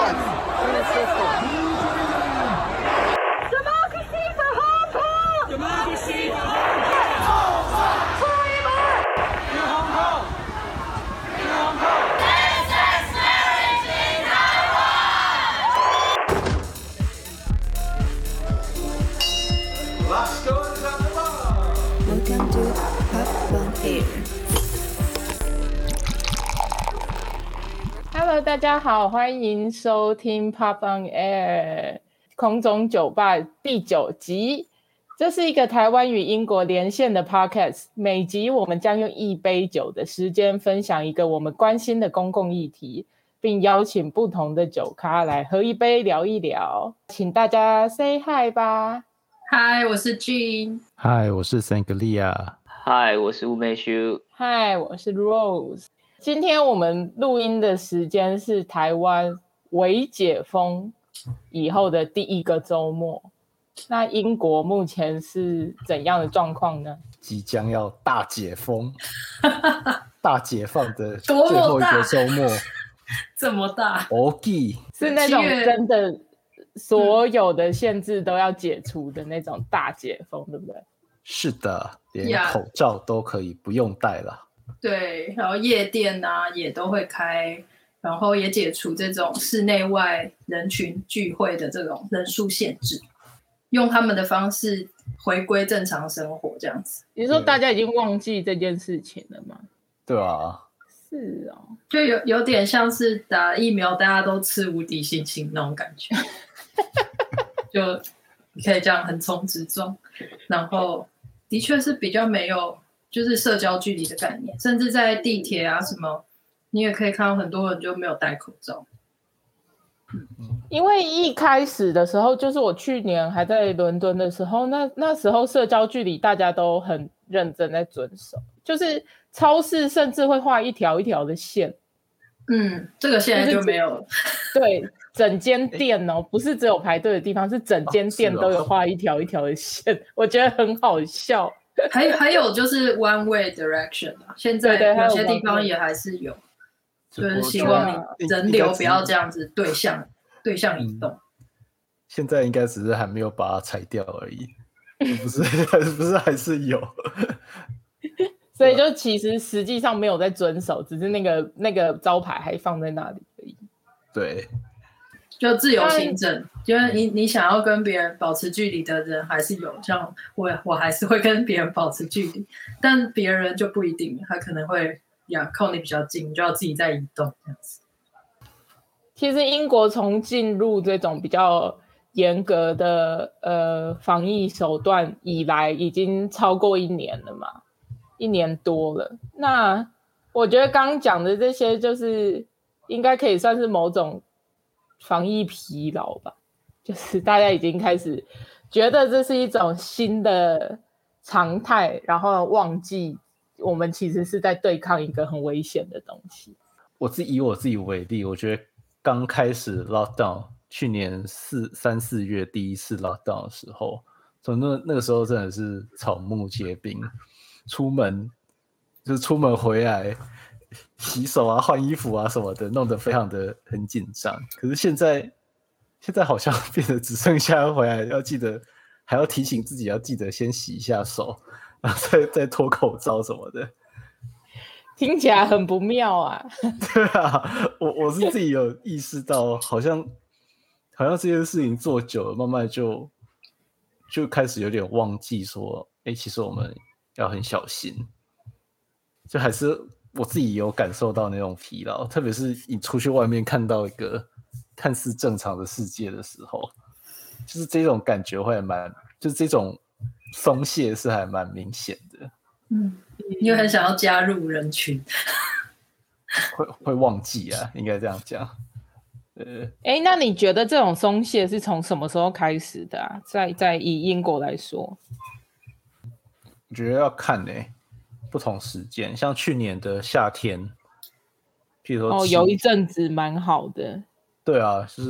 Democracy for Hong Kong! Democracy for Hong Kong! Forever! To Hong Kong! To Hong Kong! Same-sex marriage in Taiwan! Last stories at the bar! Welcome to Pop on Air. Hello， 大家好，欢迎收听 Pop on Air 空中酒吧第9集。这是一个台湾与英国连线的 podcast， 每集我们将用一杯酒的时间分享一个我们关心的公共议题，并邀请不同的酒咖来喝一杯聊一聊。请大家 say hi 吧。 嗨，我是 Jean。 嗨，我是 Sanglia。 嗨，我是吴美修。 嗨，我是 Rose。今天我们录音的时间是台湾微解封以后的第一个周末。那英国目前是怎样的状况呢？ 即将要大解封，大解放的最后一个周末， 这么大 ，OK， 是那种真的所有的限制都要解除的那种大解封，对不对？ 是的，连口罩都可以不用戴了。 对，然后夜店啊也都会开，然后也解除这种室内外人群聚会的这种人数限制，用他们的方式回归正常生活这样子。 你说大家已经忘记这件事情了吗？ 对啊， 是哦， 就有点像是打疫苗大家都吃无敌星星那种感觉，就你可以这样横冲直撞，然后的确是比较没有就是社交距离的概念，甚至在地铁啊什么，你也可以看到很多人就没有戴口罩。 因为一开始的时候，就是我去年还在伦敦的时候，那时候社交距离大家都很认真在遵守，就是超市甚至会画一条一条的线。 这个现在就没有了。 对，整间店哦，不是只有排队的地方，是整间店都有画一条一条的线，我觉得很好笑。 还有就是 one way direction 啊，现在有些地方也还是有，就是希望你人流不要这样子对向移动。 现在应该只是还没有把它裁掉而已，不是还是有。 所以就其实实际上没有在遵守，只是那个招牌还放在那里而已。 对， 就自由行政，就是你想要跟别人保持距离的人还是有，像我还是会跟别人保持距离，但别人就不一定，他可能会靠你比较近，你就要自己再移动这样子。 其实英国从进入这种比较严格的防疫手段以来，已经超过1年了嘛，1年多了。那我觉得刚刚讲的这些，就是应该可以算是某种防疫疲劳吧，就是大家已经开始觉得这是一种新的常态，然后忘记我们其实是在对抗一个很危险的东西。 以我自己为例，我觉得刚开始 lockdown， 去年3、4月第一次 lockdown 的时候，从那个时候真的是草木皆兵，出门回来洗手啊、换衣服啊什么的，弄得非常的很紧张。可是现在好像变得只剩下回来要记得，还要提醒自己要记得先洗一下手，然后再脱口罩什么的。 听起来很不妙啊。 对啊，我是自己有意识到，好像这件事情做久了，慢慢就开始有点忘记说，其实我们要很小心。就还是我自己有感受到那种疲劳，特别是你出去外面看到一个看似正常的世界的时候，就是这种感觉会就是这种松懈是还蛮明显的。 你又很想要加入人群， 会忘记啊，应该这样讲。 那你觉得这种松懈是从什么时候开始的啊？在以英国来说， 我觉得要看不同时间，像去年的夏天，譬如说有一阵子蛮好的。 对啊，就是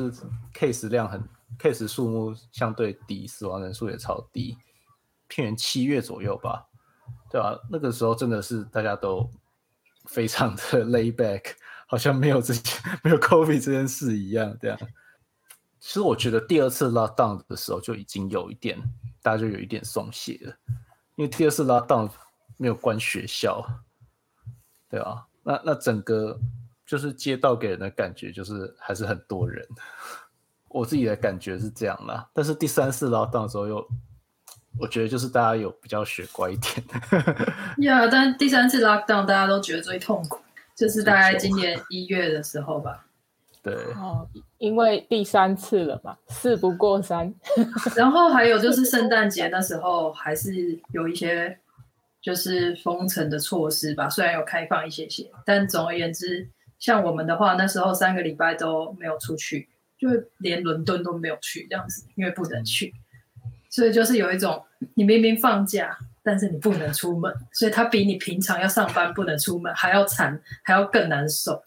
case 数目相对低，死亡人数也超低，去年7月左右吧。对啊，那个时候真的是大家都非常的 lay back， 好像没有COVID 这件事一样，这样。其实我觉得第二次 lockdown 的时候就已经大家就有一点松懈了，因为第二次 lockdown 没有关学校，对啊，那整个就是街道给人的感觉就是还是很多人，我自己的感觉是这样啦。但是第三次 lockdown 的时候我觉得就是大家有比较学乖一点。 但第三次 lockdown 大家都觉得最痛苦，就是大概今年1月的时候吧。 对， 因为第3次了嘛，事不过3。 然后还有就是圣诞节那时候还是有一些就是封城的措施吧，虽然有开放一些，但总而言之，像我们的话，那时候3个礼拜都没有出去，就连伦敦都没有去这样子，因为不能去，所以就是有一种你明明放假，但是你不能出门，所以它比你平常要上班不能出门还要惨，还要更难受。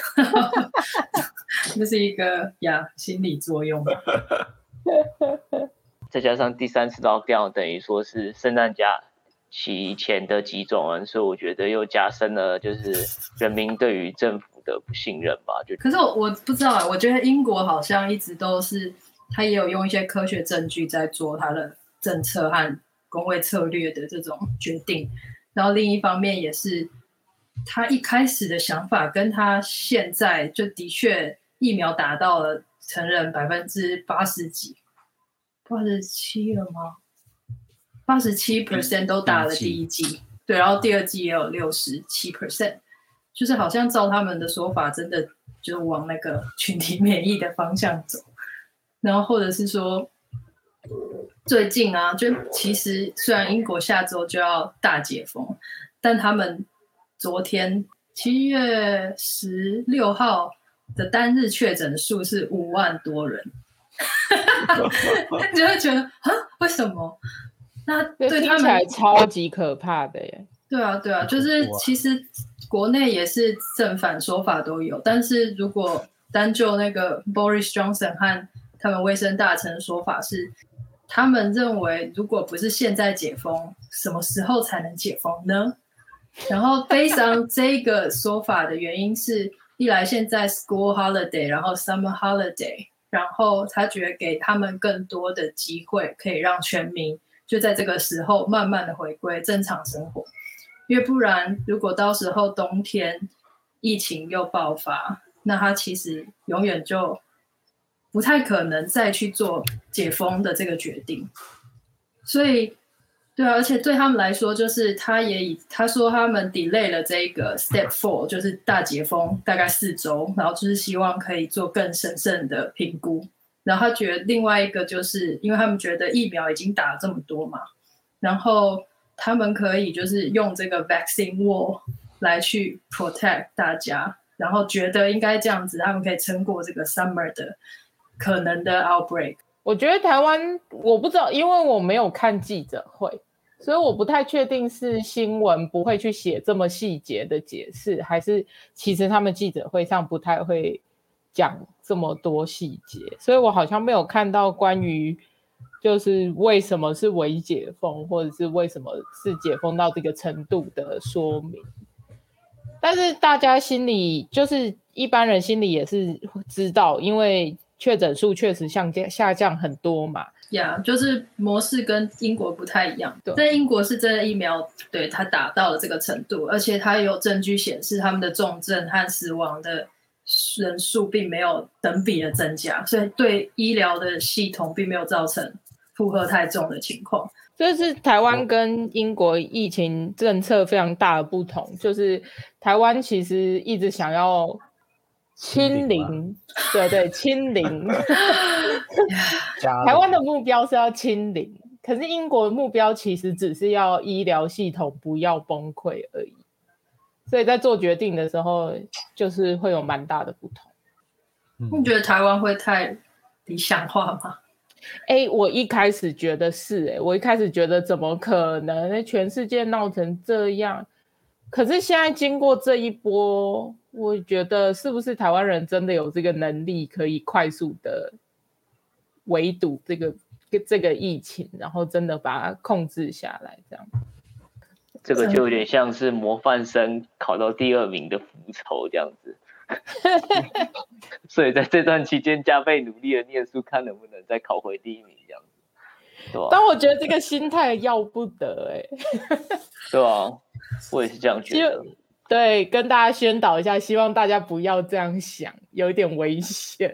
这是一个心理作用吧。 再加上第3次lockdown等于说是圣诞假期前的几种人，所以我觉得又加深了就是人民对于政府的不信任吧。 可是我不知道，我觉得英国好像一直都是他也有用一些科学证据在做他的政策和公卫策略的这种决定，然后另一方面也是他一开始的想法跟他现在就的确疫苗打到了成人80%几，87了吗？87% 都打了第一剂，对，然后第二剂也有67%，就是好像照他们的说法，真的就往那个群体免疫的方向走，然后或者是说最近啊，就其实虽然英国下周就要大解封，但他们昨天7月16号的单日确诊数是5万多人，你就会觉得为什么？那对他们听起来超级可怕的耶。 对啊，就是其实国内也是正反说法都有，但是如果单就那个 Boris Johnson 和他们卫生大臣的说法是，他们认为如果不是现在解封，什么时候才能解封呢？然后悲伤这个说法的原因是，一来现在 school holiday， 然后 summer holiday， 然后他觉得给他们更多的机会，可以让全民就在这个时候慢慢的回归正常生活，因为不然如果到时候冬天疫情又爆发，那他其实永远就不太可能再去做解封的这个决定。所以对啊，而且对他们来说，就是他说他们 delay 了这个 step 4， 就是大解封大概4周，然后就是希望可以做更审慎的评估。然后他觉得另外一个就是因为他们觉得疫苗已经打了这么多嘛，然后他们可以就是用这个 vaccine wall 来去 protect 大家，然后觉得应该这样子他们可以撑过这个 summer 的可能的 outbreak。 我觉得台湾我不知道，因为我没有看记者会，所以我不太确定是新闻不会去写这么细节的解释，还是其实他们记者会上不太会讲这么多细节，所以我好像没有看到关于就是为什么是微解封，或者是为什么是解封到这个程度的说明。但是大家心里就是一般人心里也是知道，因为确诊数确实下降很多嘛。 就是模式跟英国不太一样。在英国是真的疫苗对它打到了这个程度，而且它有证据显示他们的重症和死亡的人数并没有等比的增加，所以对医疗的系统并没有造成负荷太重的情况。 这是台湾跟英国疫情政策非常大的不同，就是台湾其实一直想要清零，对清零。台湾的目标是要清零，可是英国的目标其实只是要医疗系统不要崩溃而已，所以在做决定的时候就是会有蛮大的不同。 你觉得台湾会太理想化吗？ 我一开始觉得是我一开始觉得怎么可能全世界闹成这样，可是现在经过这一波，我觉得是不是台湾人真的有这个能力可以快速的围堵这个疫情，然后真的把它控制下来，这样。 这个就有点像是模范生考到第2名的复仇这样子。 所以在这段期间加倍努力的念书，看能不能再考回第一名这样子，对吧？ 但我觉得这个心态要不得对啊，我也是这样觉得。 对，跟大家宣导一下，希望大家不要这样想，有一点危险。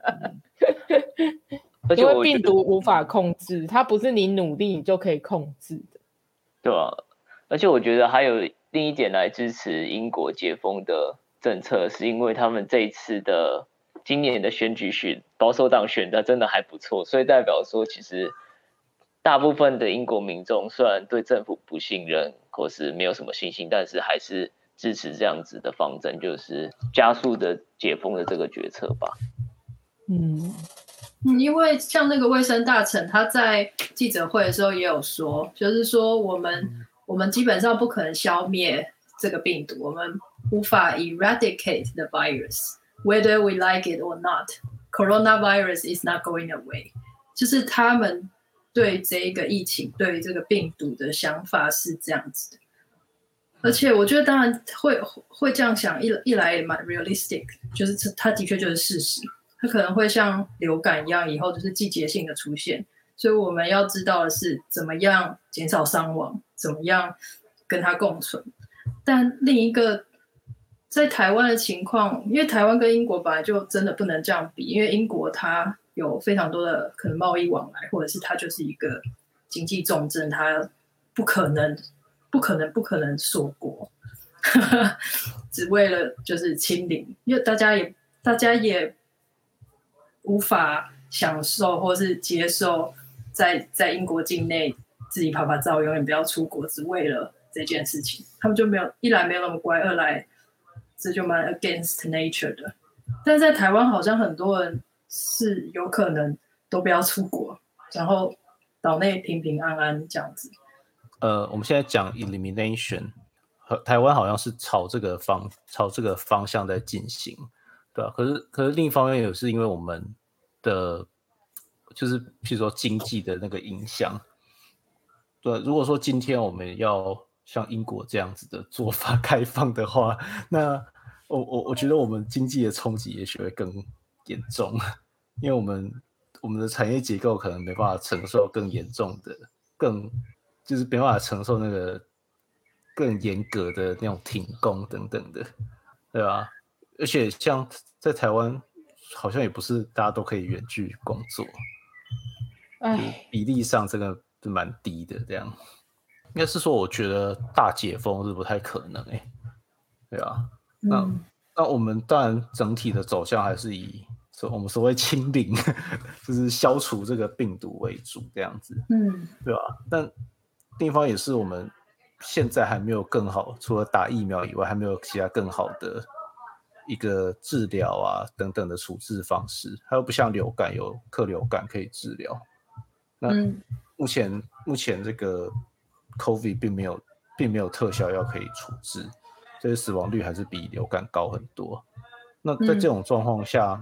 因为病毒无法控制，它不是你努力你就可以控制的。 对啊，而且我觉得还有另一点来支持英国解封的政策，是因为他们这一次的今年的选举保守党选的真的还不错，所以代表说其实大部分的英国民众虽然对政府不信任或是没有什么信心，但是还是支持这样子的方针，就是加速的解封的这个决策吧。 因为像那个卫生大臣他在记者会的时候也有说，就是说我们基本上不可能消灭这个病毒，我们无法 eradicate the virus whether we like it or not. Coronavirus is not going away. 就是他们对这个疫情对这个病毒的想法是这样子的，而且我觉得当然会这样想，一来也蛮 realistic， 就是它的确就是事实。它可能会像流感一样，以后就是季节性的出现，所以我们要知道的是怎么样减少伤亡，怎么样跟它共存。但另一个在台湾的情况，因为台湾跟英国本来就真的不能这样比，因为英国它有非常多的可能贸易往来，或者是它就是一个经济重镇，它不可能锁国，只为了就是清零，因为大家也无法享受或是接受在英国境内自己拍拍照，永远不要出国，只为了这件事情。他们就没有，一来没有那么乖，二来这就蛮 against nature 的。但在台湾好像很多人是有可能都不要出国，然后岛内平平安安这样子。 我们现在讲 elimination， 台湾好像是朝这个方向在进行。对啊，可是另一方面也是因为我们的就是譬如说经济的那个影响。对，如果说今天我们要像英国这样子的做法开放的话，那我觉得我们经济的冲击也许会更严重，因为我们的产业结构可能没办法承受更严重的，就是没办法承受那个更严格的那种停工等等的，对吧？而且像在台湾，好像也不是大家都可以远距工作，比例上这个是蛮低的。这样应该是说，我觉得大解封是不太可能对啊。那我们当然整体的走向还是以我们所谓清零，就是消除这个病毒为主这样子，对吧？但另一方也是我们现在还没有更好，除了打疫苗以外，还没有其他更好的一个治疗啊等等的处置方式，还有不像流感有克流感可以治疗。那目前这个 COVID 并没有特效药可以处置，所以死亡率还是比流感高很多。那在这种状况下，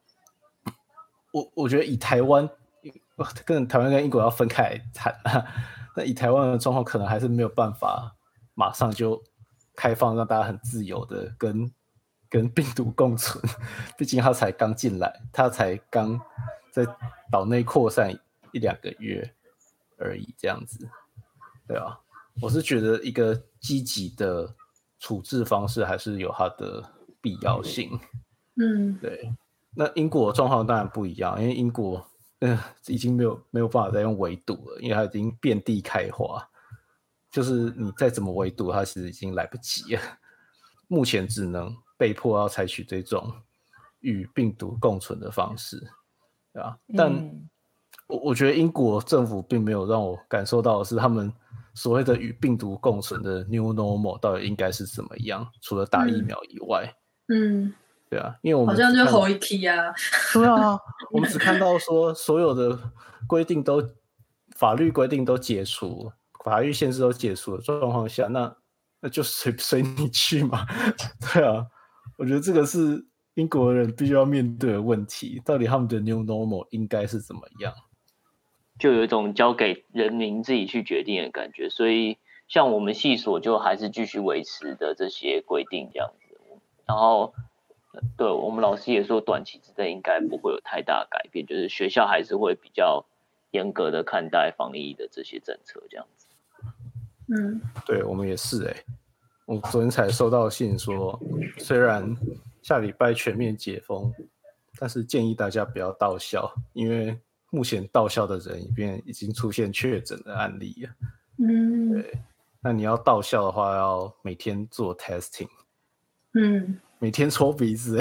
我觉得以台湾跟英国要分开来谈那以台湾的状况，可能还是没有办法马上就开放，让大家很自由的跟病毒共存。毕竟他才刚进来，他才刚在岛内扩散1-2个月而已，这样子，对啊。我是觉得一个积极的处置方式还是有它的必要性。对。那英国的状况当然不一样，因为英国已经没有办法再用围堵了，因为它已经遍地开花，就是你再怎么围堵，它其实已经来不及了。目前只能被迫要采取这种与病毒共存的方式，对吧？但我觉得英国政府并没有让我感受到的是他们所谓的与病毒共存的 new normal 到底应该是怎么样，除了打疫苗以外。对啊，因为我们好像就吼一气啊。 对啊，我们只看到说所有的法律规定都解除，法律限制都解除的状况下，那就随你去嘛。对啊，我觉得这个是英国人必须要面对的问题，到底他们的 new normal 应该是怎么样？ 就有一种交给人民自己去决定的感觉，所以像我们系所就还是继续维持的这些规定这样子。然后对我们老师也说，短期之内应该不会有太大改变，就是学校还是会比较严格的看待防疫的这些政策，这样子。 对我们也是我昨天才收到信说，虽然下礼拜全面解封，但是建议大家不要到校，因为目前到校的人里面已经出现确诊的案例了。对，那你要到校的话，要每天做 testing，每天抽鼻子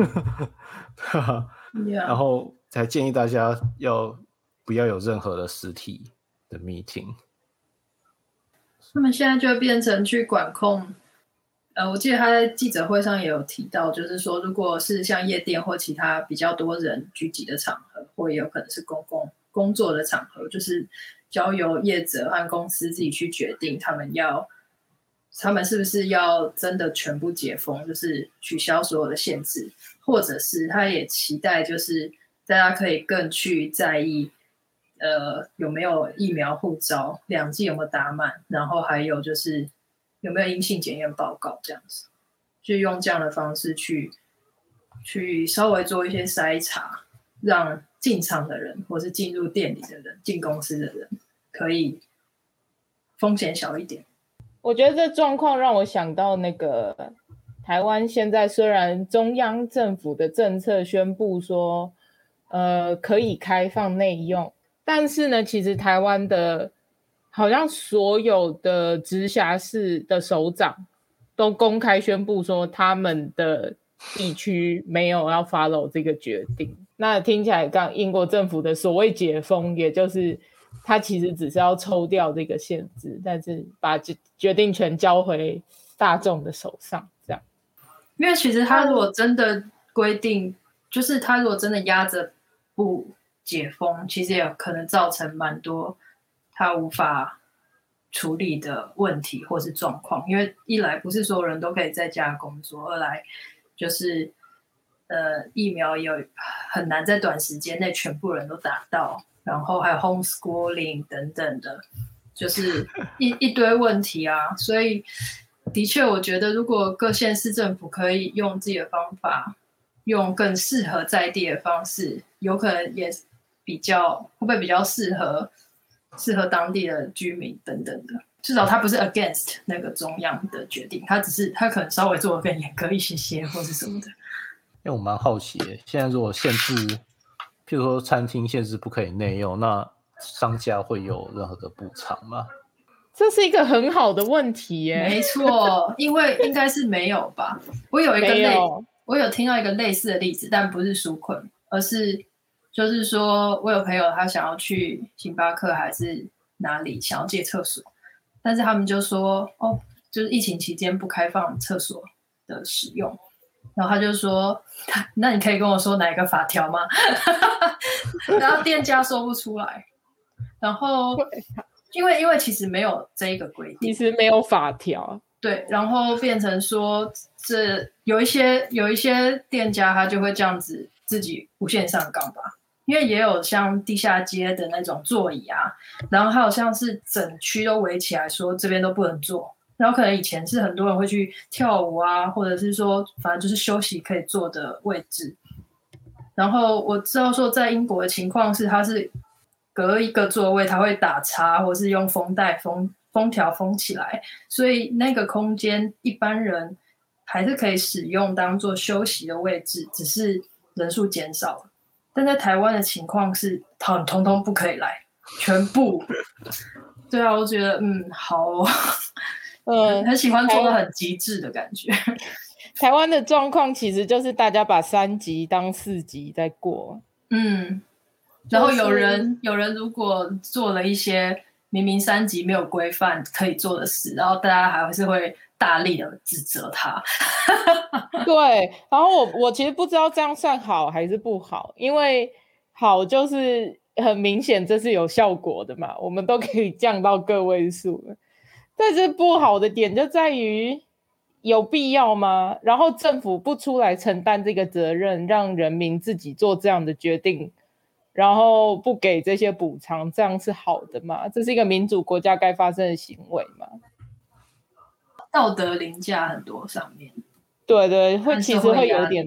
然后才建议大家不要有任何的实体的 meeting。 他们现在就会变成去管控。我记得他在记者会上也有提到，就是说，如果是像夜店或其他比较多人聚集的场合，或也有可能是公共工作的场合，就是交由业者和公司自己去决定，他们是不是要真的全部解封，就是取消所有的限制，或者是他也期待，就是大家可以更去在意，有没有疫苗护照，2剂有没有打满，然后还有就是有没有阴性检验报告，这样子，就用这样的方式去稍微做一些筛查，让进场的人或是进入店里的人、进公司的人可以风险小一点。 我觉得这状况让我想到那个台湾现在虽然中央政府的政策宣布说可以开放内用，但是呢其实台湾的好像所有的直辖市的首长都公开宣布说他们的地区没有要 follow 这个决定。那听起来刚英国政府的所谓解封，也就是他其实只是要抽掉这个限制，但是把决定权交回大众的手上，这样。 因为其实他如果真的规定，就是他如果真的压着不解封，其实也可能造成蛮多他无法处理的问题或是状况。因为一来不是所有人都可以在家工作，二来就是疫苗也很难在短时间内全部人都打到，然后还有 homeschooling 等等的，就是一堆问题啊。所以的确我觉得如果各县市政府可以用自己的方法，用更适合在地的方式，有可能也会不会比较适合当地的居民等等的。至少他不是 against 那个中央的决定，他可能稍微做得更严格一些或是什么的。 因为我蛮好奇现在如果限制，譬如说餐厅限制不可以内用，那商家会有任何的补偿吗？ 这是一个很好的问题耶。 没错，因为应该是没有吧。我有听到一个类似的例子，但不是纾困，而是就是说我有朋友他想要去星巴克还是哪里想要借厕所，但是他们就说就是疫情期间不开放厕所的使用，然后他就说那你可以跟我说哪一个法条吗？然后店家说不出来，然后因为其实没有这一个规定， 其实没有法条， 对，然后变成说这有一些店家他就会这样子自己无限上纲吧。因为也有像地下街的那种座椅啊，然后还有像是整区都围起来说这边都不能坐，然后可能以前是很多人会去跳舞啊，或者是说反正就是休息可以坐的位置。然后我知道说在英国的情况是它是隔一个座位它会打叉，或是用封带封条封起来，所以那个空间一般人还是可以使用当做休息的位置，只是人数减少了。但在台湾的情况是统统不可以来，全部。对啊，我觉得好很喜欢做到很极致的感觉。 台湾的状况其实就是大家把3级当4级在过。 然后有人如果做了一些明明3级没有规范可以做的事，然后大家还是会大力的指责他。 对，然后我其实不知道这样算好还是不好，因为好就是很明显这是有效果的嘛，我们都可以降到个位数了。但是不好的点就在于有必要吗？然后政府不出来承担这个责任，让人民自己做这样的决定，然后不给这些补偿，这样是好的吗？这是一个民主国家该发生的行为吗？ 道德凌驾很多上面。 对，其实会有点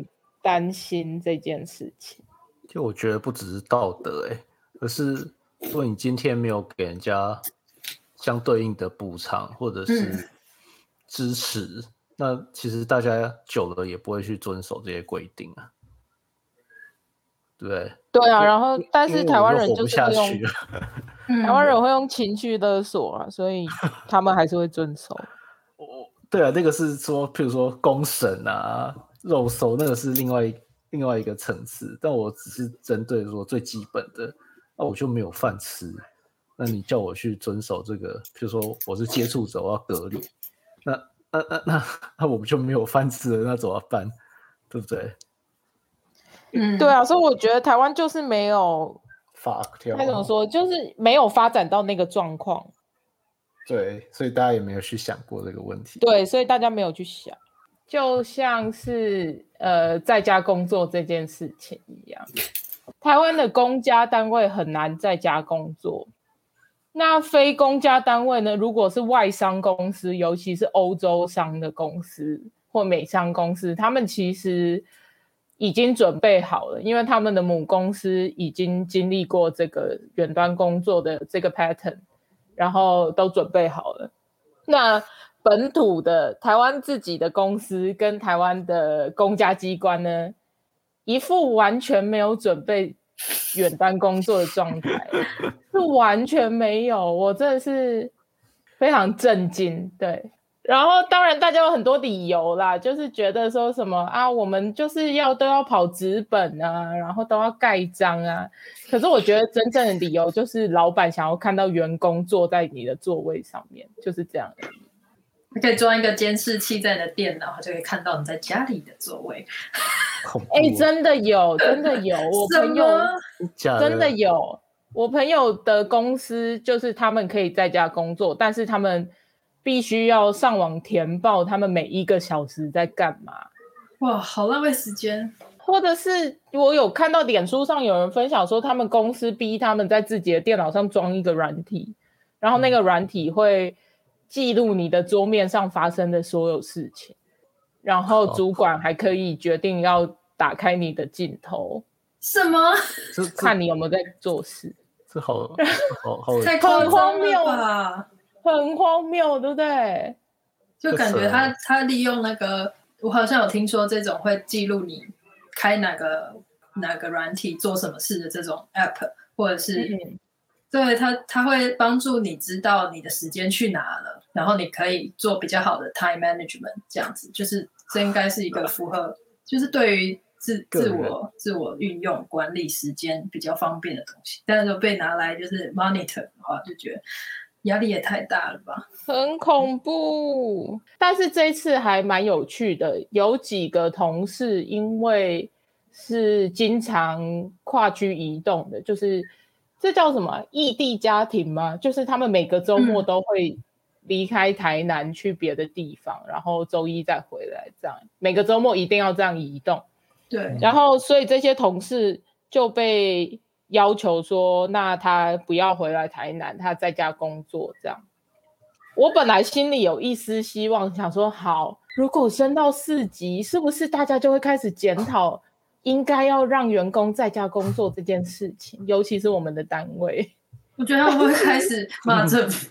担心这件事情。 就我觉得不只是道德而是如果你今天没有给人家相对应的补偿或者是支持，那其实大家久了也不会去遵守这些规定啊，对不对？ 对啊，然后但是台湾人就是会用因为我就活不下去了台湾人会用情绪勒索啊，所以他们还是会遵守。 对啊，那个是说，譬如说公审啊、肉搜，那个是另外一个层次。但我只是针对说最基本的，那我就没有饭吃，那你叫我去遵守这个，譬如说我是接触者，我要隔离，那我们就没有饭吃了，那怎么办？对不对？ 对啊，所以我觉得台湾就是没有法条， 该怎么说，就是没有发展到那个状况。 对，所以大家也没有去想过这个问题。 对，所以大家没有去想，就像是在家工作这件事情一样，台湾的公家单位很难在家工作。那非公家单位呢？如果是外商公司，尤其是欧洲商的公司或美商公司，他们其实已经准备好了，因为他们的母公司已经经历过这个远端工作的这个 pattern， 然后都准备好了。那本土的台湾自己的公司跟台湾的公家机关呢，一副完全没有准备远端工作的状态，是完全没有，我真的是非常震惊。对，然后当然大家有很多理由啦，就是觉得说什么啊，我们就是都要跑纸本啊，然后都要盖章啊。可是我觉得真正的理由就是老板想要看到员工坐在你的座位上面，就是这样而已。 你可以装一个监视器在你的电脑，就可以看到你在家里的座位。 真的有，真的有，我朋友真的有，我朋友的公司就是他们可以在家工作，但是他们必须要上网填报他们每1个小时在干嘛。 哇，好浪费时间。 或者是我有看到脸书上有人分享说，他们公司逼他们在自己的电脑上装一个软体，然后那个软体会记录你的桌面上发生的所有事情，然后主管还可以决定要打开你的镜头， 什么？ 看你有没有在做事。 这好太夸张了吧？ 很荒谬，对不对？ 就感觉他利用那个，我好像有听说这种会记录你开哪个软体做什么事的这种 app， 或者是对他会帮助你知道你的时间去哪了，然后你可以做比较好的 time management， 这样子，就是这应该是一个符合，就是对于自我运用管理时间比较方便的东西。但是被拿来就是 monitor 的话，就觉得压力也太大了吧， 很恐怖。但是这一次还蛮有趣的，有几个同事因为是经常跨区移动的，就是这叫什么异地家庭吗？就是他们每个周末都会离开台南去别的地方，然后周一再回来，这样每个周末一定要这样移动。 对， 然后所以这些同事就被要求说，那他不要回来台南，他在家工作这样。我本来心里有一丝希望，想说好，如果升到4级，是不是大家就会开始检讨应该要让员工在家工作这件事情，尤其是我们的单位。 我觉得他们会开始骂政府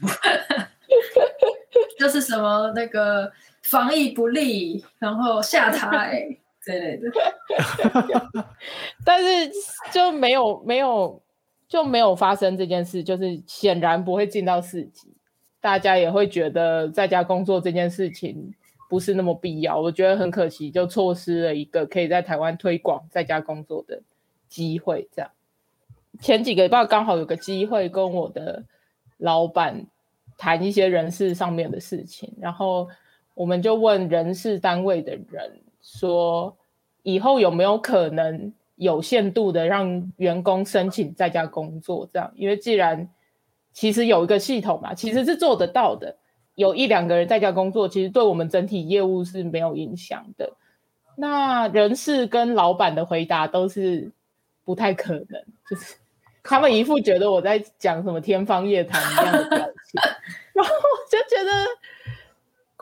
就是什么那个防疫不力，然后下台之类的但是就没有发生这件事，就是显然不会进到4级，大家也会觉得在家工作这件事情不是那么必要。我觉得很可惜，就错失了一个可以在台湾推广在家工作的机会。这样前几个礼拜刚好有个机会跟我的老板谈一些人事上面的事情，然后我们就问人事单位的人说，以后有没有可能有限度的让员工申请在家工作，这样，因为既然其实有一个系统嘛，其实是做得到的，有1-2个人在家工作，其实对我们整体业务是没有影响的。那人事跟老板的回答都是不太可能，就是他们一副觉得我在讲什么天方夜谭一样的表情，然后我就觉得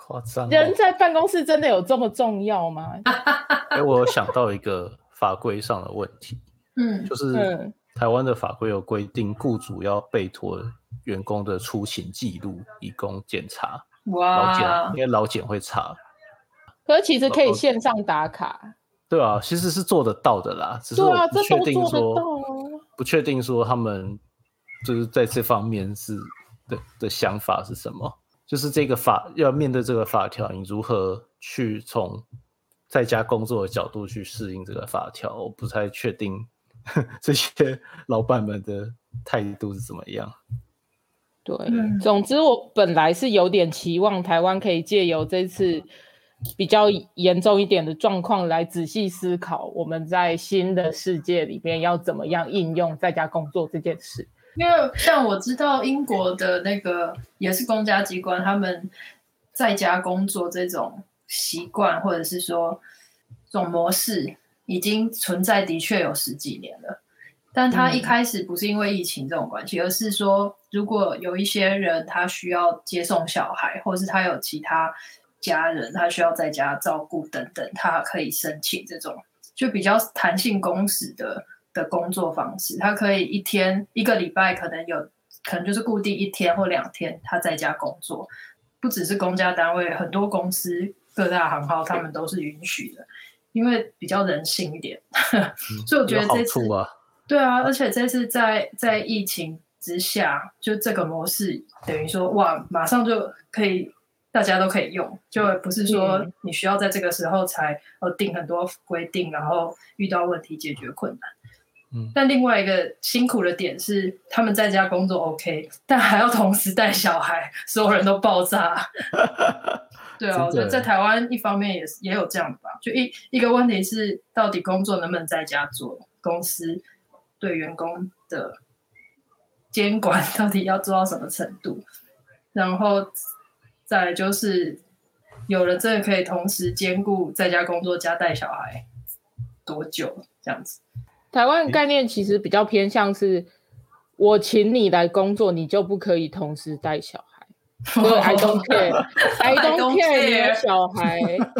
夸张、哦。 人在办公室真的有这么重要吗？ 我有想到一个法规上的问题，就是台湾的法规有规定，雇主要备妥员工的出勤记录以供检查。 哇， 因为劳检会查。 可是其实可以线上打卡。 对啊，其实是做得到的啦，只是我不确定说，不确定说他们就是在这方面的想法是什么。就是这个要面对这个法条，你如何去从在家工作的角度去适应这个法条，我不太确定这些老板们的态度是怎么样。 对，总之我本来是有点期望台湾可以借由这次比较严重一点的状况来仔细思考我们在新的世界里面要怎么样应用在家工作这件事。 因为像我知道英国的那个也是公家机关，他们在家工作这种习惯或者是说这种模式已经存在的确有10几年了，但他一开始不是因为疫情这种关系，而是说如果有一些人他需要接送小孩，或者是他有其他家人他需要在家照顾等等，他可以申请这种就比较弹性工时的工作方式。他可以一个礼拜可能就是固定1天或2天他在家工作，不只是公家单位，很多公司各大行号他们都是允许的，因为比较人性一点所以我觉得这次对啊，而且这次在疫情之下，就这个模式等于说哇，马上就可以大家都可以用，就不是说你需要在这个时候才定很多规定，然后遇到问题解决困难。但另外一个辛苦的点是，他们在家工作 OK， 但还要同时带小孩，所有人都爆炸。对啊，我觉得在台湾一方面也有这样吧，就一个问题是，到底工作能不能在家做？公司对员工的监管到底要做到什么程度？然后再来就是有人真的可以同时兼顾在家工作加带小孩多久这样子。 台湾的概念其实比较偏向是我请你来工作，你就不可以同时带小孩。I don't care I don't care 你有小孩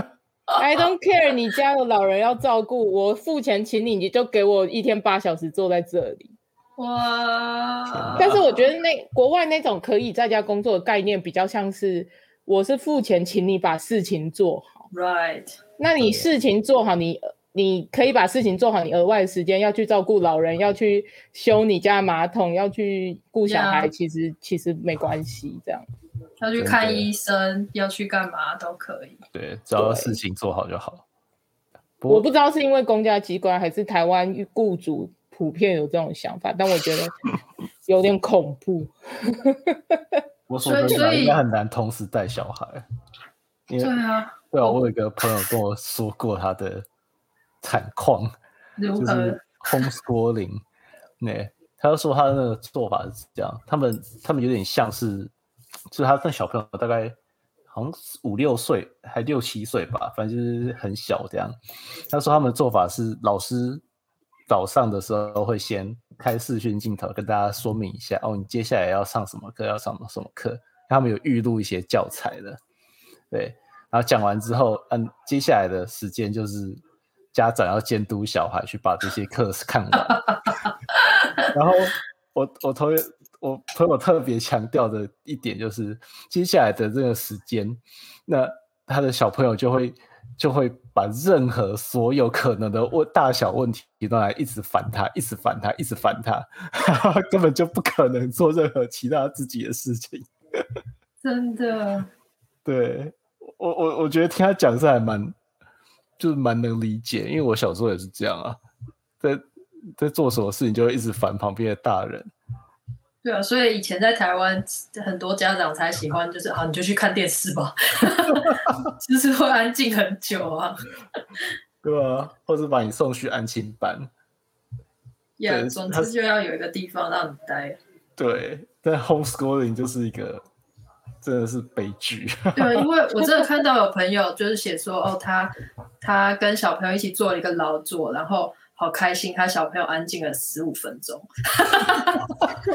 I don't care 你家的老人要照顾，我付钱请你，你就给我1天8小时坐在这里。 哇！ 但是我觉得国外那种可以在家工作的概念比较像是我是付钱请你把事情做好。 Right， 那你事情做好，你可以把事情做好，你额外的时间要去照顾老人，要去修你家马桶，要去顾小孩，其实没关系，这样要去看医生，要去干嘛都可以。 对，只要事情做好就好。 我不知道是因为公家机关还是台湾雇主普遍有这种想法，但我觉得有点恐怖。 我说真的应该很难同时带小孩。 对啊， 我有一个朋友跟我说过他的惨况，就是 homeschooling。他就说他的那个做法是这样，他们有点像是，就是他那小朋友大概好像5、6岁，还6、7岁吧，反正就是很小这样。他说他们的做法是，老师早上的时候会先开视讯镜头跟大家说明一下，你接下来要上什么课，要上什么课，他们有预录一些教材的，对。然后讲完之后，接下来的时间就是家长要监督小孩去把这些课看完。然后我朋友特别强调的一点就是，接下来的这个时间，那他的小朋友就会把任何所有可能的大小问题都来一直烦他，一直烦他，一直烦他，根本就不可能做任何其他自己的事情。 真的， 对。我觉得听他讲是还蛮能理解，因为我小时候也是这样啊，在做什么事情就会一直烦旁边的大人。 对啊，所以以前在台湾很多家长才喜欢就是你就去看电视吧，就是会安静很久啊。 对啊，或者把你送去安亲班。 总之就要有一个地方让你待。对， 但 homeschooling 就是一个真的是悲剧。 对，因为我真的看到有朋友就是写说，他跟小朋友一起做了一个劳作，然后好开心，他小朋友安静了15分钟。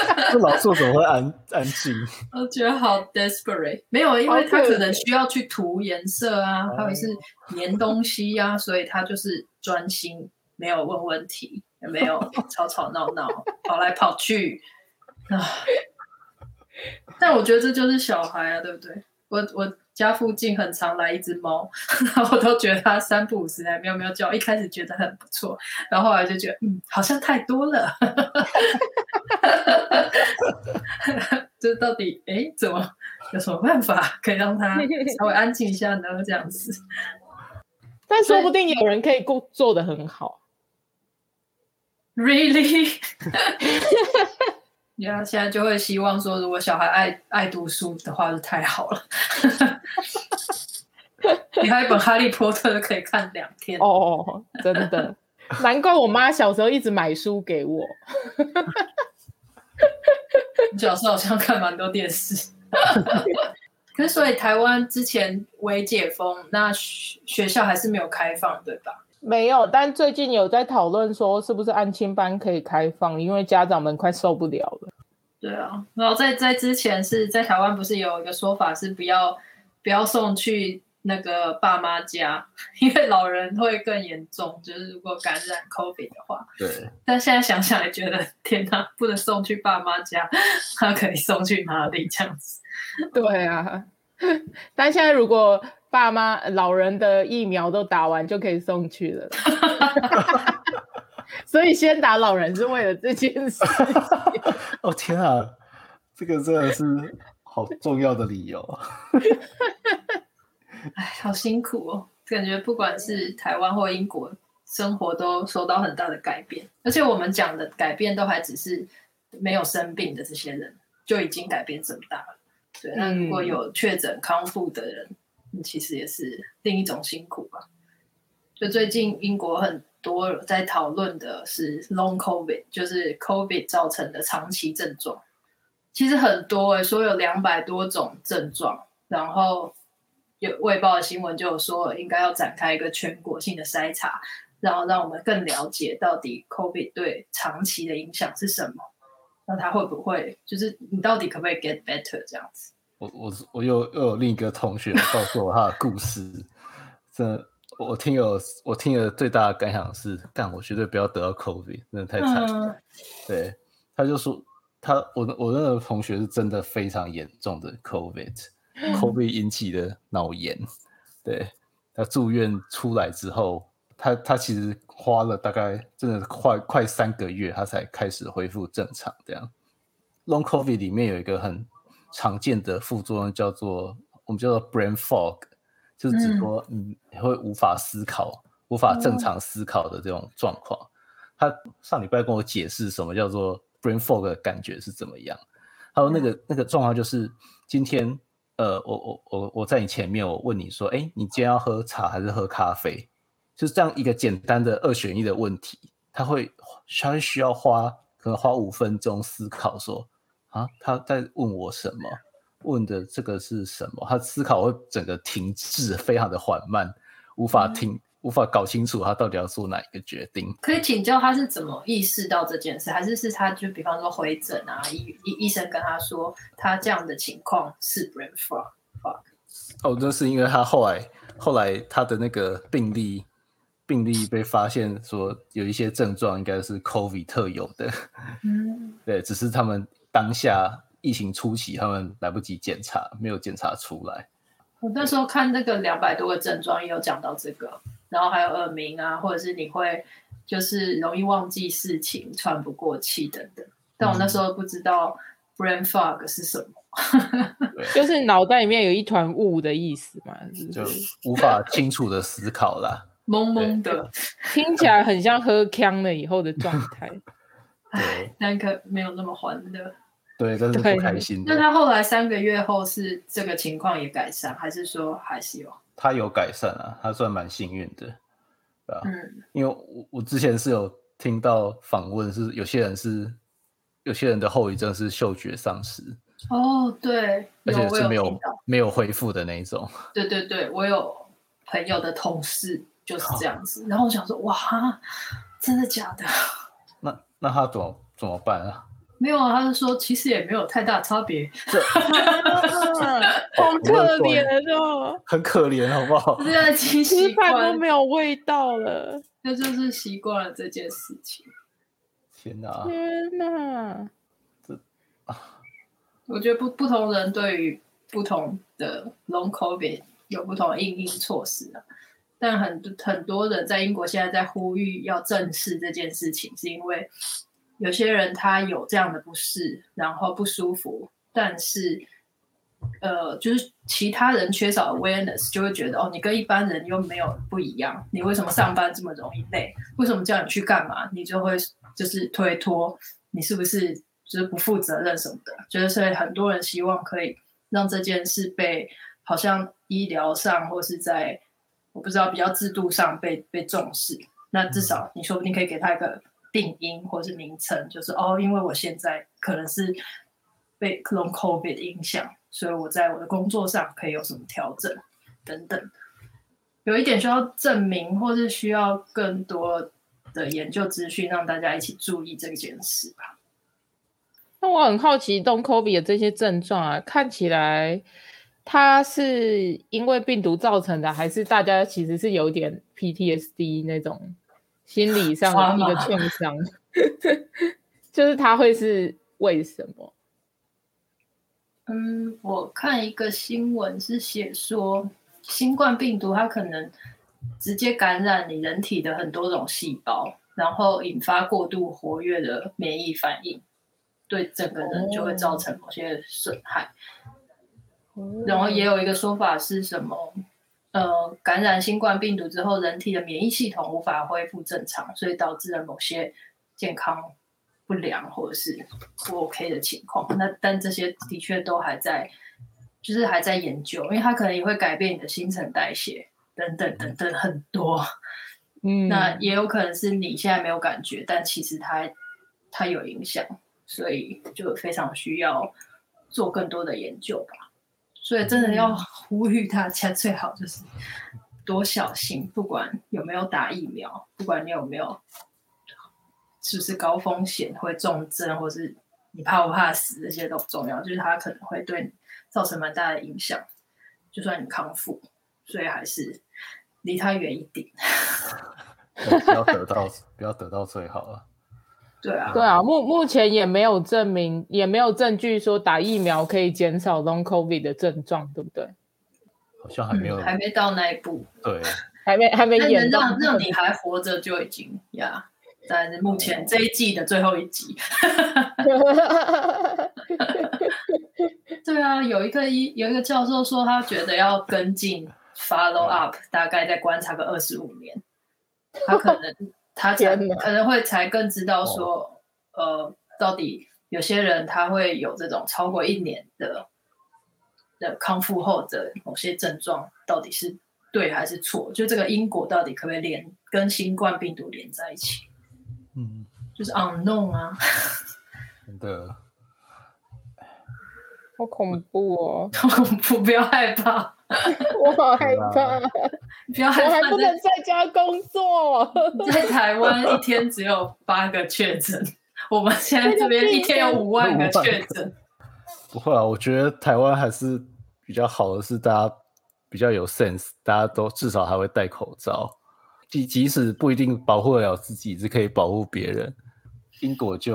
这老作怎么会安静？ 我觉得好 desperate， 没有，因为他可能需要去涂颜色啊，或者是粘东西啊，所以他就是专心，没有问问题，也没有吵吵闹闹，跑来跑去啊。但我觉得这就是小孩啊，对不对？我家附近很常来一只猫，然后我都觉得它3不5时来喵喵叫，一开始觉得很不错，然后后来就觉得好像太多了。这到底怎么有什么办法可以让它稍微安静一下呢？这样子， 但说不定有人可以做得很好。 Really？ 现在就会希望说，如果小孩爱读书的话，就太好了。你还有一本《哈利波特》可以看2天哦，真的，难怪我妈小时候一直买书给我。 你小时候好像看蛮多电视。可是所以台湾之前微解封，那学校还是没有开放，对吧？ 没有，但最近有在讨论说是不是安亲班可以开放，因为家长们快受不了了。 对啊，然后在之前是在台湾不是有一个说法是不要送去那个爸妈家，因为老人会更严重，就是如果感染 COVID 的话。 对。 但现在想想也觉得天哪，不能送去爸妈家，他可以送去哪里这样子？ 对啊，但现在如果爸妈老人的疫苗都打完就可以送去了。所以先打老人是为了这件事。 哦天啊，这个真的是好重要的理由。 哎，好辛苦哦，感觉不管是台湾或英国，生活都受到很大的改变，而且我们讲的改变都还只是没有生病的这些人就已经改变这么大了。对，那如果有确诊康复的人，其实也是另一种辛苦吧。就最近英国很多在讨论的是 long COVID， 就是 COVID 造成的长期症状。其实很多说有200多种症状，然后有卫报的新闻就有说应该要展开一个全国性的筛查，然后让我们更了解到底 COVID 对长期的影响是什么，那它会不会就是你到底可不可以 get better 这样子。 我又有另一个同学告诉我他的故事，我听了最大的感想是，我绝对不要得到 COVID， 真的太惨了。对，他就说我那个同学是真的非常严重的 COVID 引起的脑炎。对，他住院出来之后，他其实花了大概真的快3个月，他才开始恢复正常。这样 ，Long COVID 里面有一个很常见的副作用我们叫做 brain fog， 就是指说你会无法思考、无法正常思考的这种状况。他上礼拜跟我解释什么叫做 brain fog 的感觉是怎么样。他说那个状况就是今天我在你前面，我问你说，你今天要喝茶还是喝咖啡？就是这样一个简单的2选1的问题，他会需要可能花5分钟思考说。他在问我什么？问的这个是什么？他思考会整个停滞，非常的缓慢，无法搞清楚他到底要做哪一个决定。 可以请教他是怎么意识到这件事，还是他就比方说回诊啊，医生跟他说他这样的情况是 brain fog。 那是因为他后来他的那个病例被发现说有一些症状应该是 COVID 特有的。对，只是他们当下疫情初期他们来不及检查，没有检查出来。 我那时候看那个200多个症状也有讲到这个，然后还有耳鸣啊，或者是你会就是容易忘记事情、喘不过气等等。但我那时候不知道 brain fog 是什么。 就是脑袋里面有一团雾的意思嘛，是不是？ 就无法清楚的思考啦。 懵懵的， 听起来很像喝呛了以后的状态。 对，但可没有那么欢乐。 对，真是不开心的。 那他后来3个月后是这个情况也改善，还是说还是有？ 他有改善啊，他算蛮幸运的，对吧？因为我之前是有听到访问，是有些人的后遗症是嗅觉丧失。 哦，对， 而且是没有恢复的那一种。 对对对，我有朋友的同事就是这样子，然后我想说，哇，真的假的？ 那他怎么办啊？ 没有啊，他就说其实也没有太大差别， 好可怜哦， 很可怜，好不好？ 现在已经习吃饭惯都没有味道了。 那就是习惯了这件事情。 天哪！ 天哪！ 我觉得不同人对于不同的 long COVID 有不同的因应措施啊。但很多人在英国现在在呼吁要正视这件事情，是因为有些人他有这样的不适，然后不舒服，但是就是其他人缺少 awareness， 就会觉得哦，你跟一般人又没有不一样，你为什么上班这么容易累？为什么叫你去干嘛？你就会就是推脱，你是不是就是不负责任什么的？就是所以很多人希望可以让这件事被好像医疗上或是在我不知道比较制度上被重视。那至少你说不定可以给他一个病因或是名称，就是哦，因为我现在可能是被 long COVID 影响，所以我在我的工作上可以有什么调整等等。有一点需要证明，或是需要更多的研究资讯，让大家一起注意这件事吧。 那我很好奇，Long COVID 的这些症状啊，看起来它是因为病毒造成的，还是大家其实是有点 PTSD 那种心理上的一个创伤？就是它会是为什么？ 我看一个新闻是写说，新冠病毒它可能直接感染你人体的很多种细胞，然后引发过度活跃的免疫反应，对整个人就会造成某些损害。然后也有一个说法是什么？感染新冠病毒之后，人体的免疫系统无法恢复正常，所以导致了某些健康不良或者是不 OK 的情况。但这些的确都还在研究，因为它可能也会改变你的新陈代谢等等等等很多。那也有可能是你现在没有感觉，但其实它有影响，所以就非常需要做更多的研究吧。所以真的要呼吁大家，最好就是多小心，不管有没有打疫苗，不管你有没有是不是高风险会重症，或是你怕不怕死，这些都不重要，就是它可能会对你造成蛮大的影响，就算你康复，所以还是离它远一点。 不要得到最好了。 对啊，目前也没有证明，也没有证据说打疫苗可以减少 Long COVID 的症状，对不对？ 好像还没有， 还没到那一步。 对， 还没演到让你还活着就已经呀。但是目前这一季的最后一集。对啊，有一个教授说，他觉得要跟进 follow up， 大概再观察个25年，他可能会才更知道说，到底有些人他会有这种超过1年的康复后的某些症状，到底是对还是错？就这个因果到底可不可以跟新冠病毒连在一起？就是 unknown 啊。 真的。 好恐怖哦！ 好恐怖，不要害怕。 我好害怕， 不要害怕， 我还不能在家工作。 在台湾一天只有8个确诊，我们现在这边一天有5万个确诊。 不会啊，我觉得台湾还是比较好的是，大家比较有 sense， 大家都至少还会戴口罩，即使不一定保护得了自己，是可以保护别人。英国就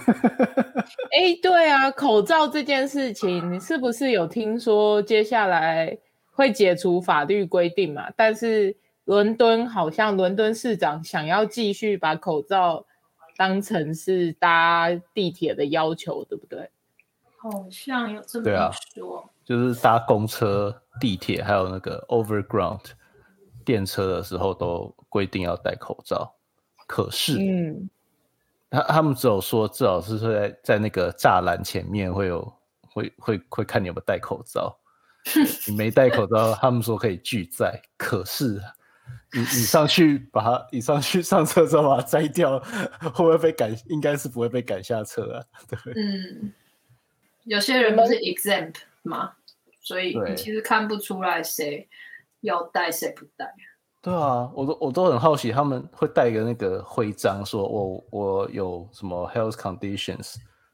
对啊，口罩这件事情，你是不是有听说接下来会解除法律规定嘛？但是好像伦敦市长想要继续把口罩当成是搭地铁的要求，对不对？ 好像有这么说， 就是搭公车、地铁还有那个 overground 电车的时候都规定要戴口罩。可是他们只有说至少是在那个栅栏前面会看你有没有戴口罩。你没戴口罩，他们说可以拒载。可是你上去上车之后把它摘掉，会不会被赶？应该是不会被赶下车啊。对， 有些人不是 exempt 嘛，所以你其实看不出来谁要戴谁不戴。 对啊，我都很好奇，他们会带一个那个徽章，说我有什么 health conditions，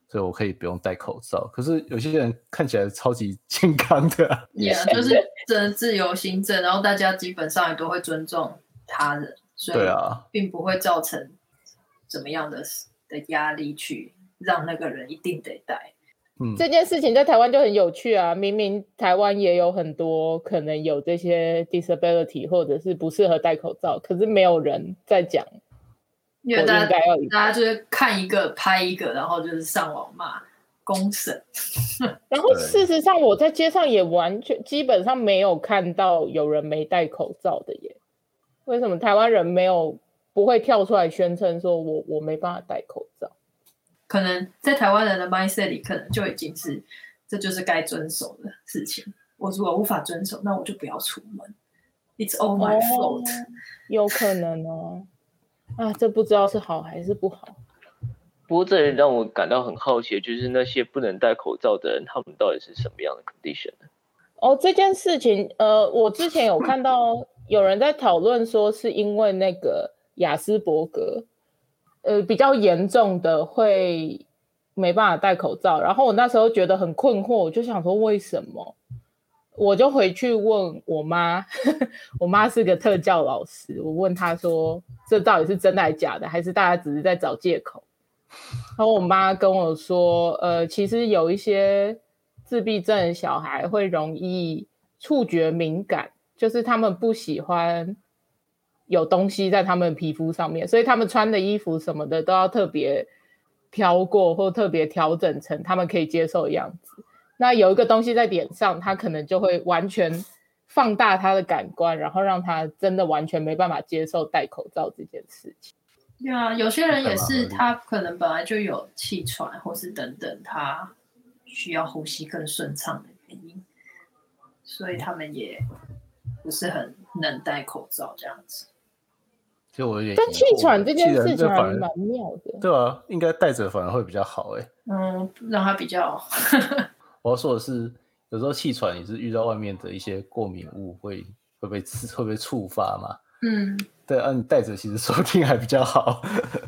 所以我可以不用戴口罩。可是有些人看起来超级健康的啊， 就是真的自由行政，然后大家基本上也都会尊重他人，所以并不会造成怎么样的压力去让那个人一定得戴。 这件事情在台湾就很有趣啊，明明台湾也有很多可能有这些 disability 或者是不适合戴口罩，可是没有人在讲， 因为大家就是看一个拍一个，然后就是上网骂公审。 然后事实上我在街上也完全基本上没有看到有人没戴口罩的耶。为什么台湾人不会跳出来宣称说我没办法戴口罩？ 可能在台湾人的 mindset 里，可能就已经是这就是该遵守的事情。我如果无法遵守，那我就不要出门。It's all my fault。 有可能哦。这不知道是好还是不好。 不过这里让我感到很好奇，就是那些不能戴口罩的人，他们到底是什么样的 condition 呢？ 这件事情，我之前有看到有人在讨论说，是因为那个亚斯伯格。比较严重的会没办法戴口罩，然后我那时候觉得很困惑，我就想说为什么？我就回去问我妈，我妈是个特教老师，我问她说这到底是真的还是假的，还是大家只是在找借口？然后我妈跟我说，其实有一些自闭症的小孩会容易触觉敏感，就是他们不喜欢有东西在他们皮肤上面，所以他们穿的衣服什么的都要特别挑过或特别调整成他们可以接受的样子。那有一个东西在脸上，他可能就会完全放大他的感官，然后让他真的完全没办法接受戴口罩这件事情。 对啊，有些人也是他可能本来就有气喘或是等等，他需要呼吸更顺畅的原因，所以他们也不是很能戴口罩这样子。 但气喘这件事情还蛮妙的。 对啊，应该戴着反而会比较好让他比较我要说的是，有时候气喘也是遇到外面的一些过敏物会被触发嘛。对啊，你戴着其实说不定还比较好。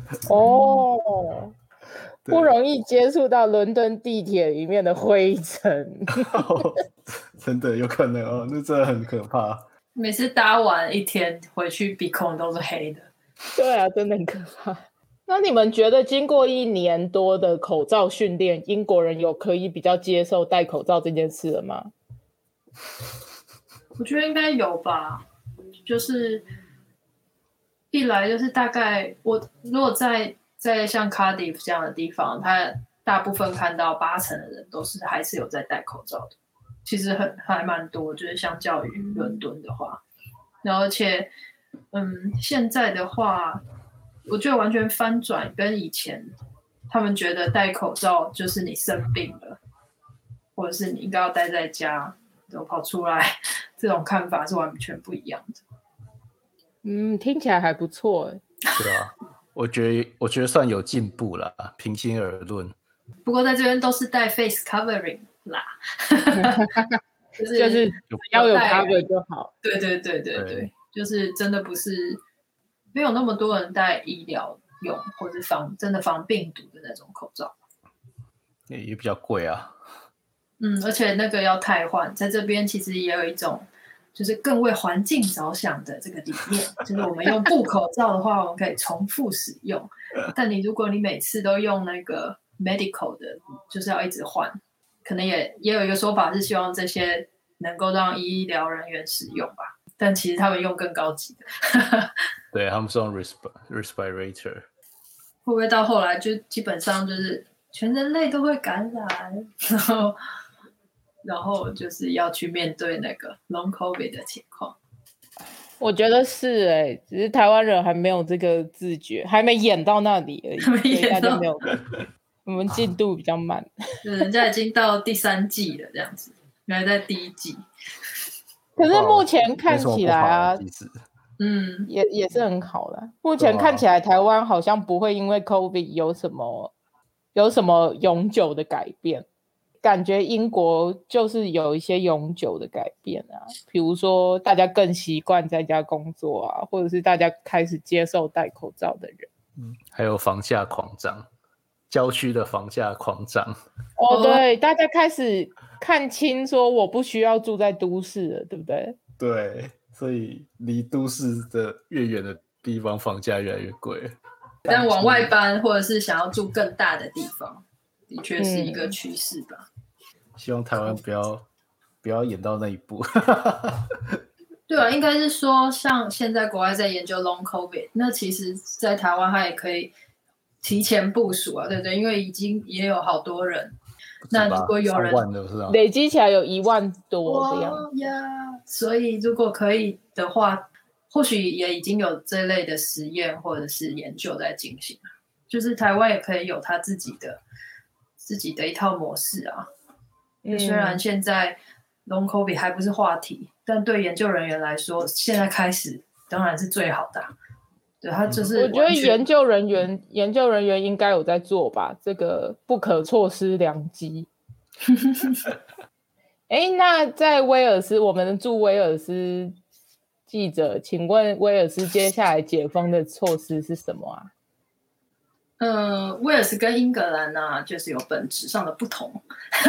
不容易接触到伦敦地铁里面的灰尘。 真的有可能哦，那真的很可怕。 每次搭完一天回去鼻孔都是黑的。 对啊，真的很可怕。那你们觉得经过1年多的口罩训练，英国人有可以比较接受戴口罩这件事了吗？ 我觉得应该有吧，就是一来就是大概我如果在像 Cardiff 这样的地方，他大部分看到80%的人都是还是有在戴口罩的。其实还蛮多，就是相较于伦敦的话，然后而且，现在的话，我觉得完全翻转，跟以前他们觉得戴口罩就是你生病了，或者是你应该要待在家，都跑出来，这种看法是完全不一样的。 听起来还不错。 对啊，我觉得算有进步啦，平心而论。 不过在这边都是戴 face covering。啦， 就是只要有 cover 就好。 对，就是真的不是没有那么多人戴医疗用或者真的防病毒的那种口罩， 也比较贵啊。 而且那个要汰换，在这边其实也有一种就是更为环境着想的这个理念，就是我们用布口罩的话，我们可以重复使用，但如果你每次都用那个 medical 的，就是要一直换。可能也有一个说法是希望这些能够让医疗人员使用吧，但其实他们用更高级的。 对，他们是用 respirator。 会不会到后来就基本上就是全人类都会感染，然后就是要去面对那个 long covid 的情况？ 我觉得是只是台湾人还没有这个自觉，还没演到那里而已，所以大家没有。我们进度比较慢， 人家已经到第3季了，这样子，原来在第1季。 可是目前看起来啊，也是很好的。目前看起来台湾好像不会因为 COVID 有什么永久的改变，感觉英国就是有一些永久的改变啊，比如说大家更习惯在家工作啊，或者是大家开始接受戴口罩的人， 还有房价狂涨。 郊区的房价狂涨。 哦，对，大家开始看清说我不需要住在都市了，对不对？ 对，所以离都市的越远的地方，房价越来越贵。 但往外搬或者是想要住更大的地方，的确是一个趋势吧。 希望台湾不要演到那一步。 对啊，应该是说像现在国外在研究 Long COVID， 那其实在台湾它也可以提前部署啊，对不对？因为已经也有好多人。那如果有人累积起来有1万多的样子， 所以如果可以的话，或许也已经有这类的实验或者是研究在进行，就是台湾也可以有他自己的一套模式啊。虽然现在 Long COVID 还不是话题，但对研究人员来说，现在开始当然是最好的。对，他就是我觉得研究人员应该有在做吧，这个不可错失良机。那在威尔斯，我们驻威尔斯记者，请问威尔斯接下来解封的措施是什么啊？ 威尔斯跟英格兰啊，就是有本质上的不同。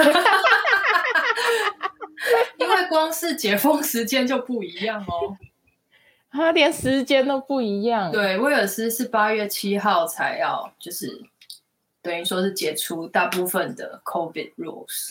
因为光是解封时间就不一样哦。 它连时间都不一样。 对，威尔斯是8月7号才要，就是等于说是解除大部分的 COVID rules。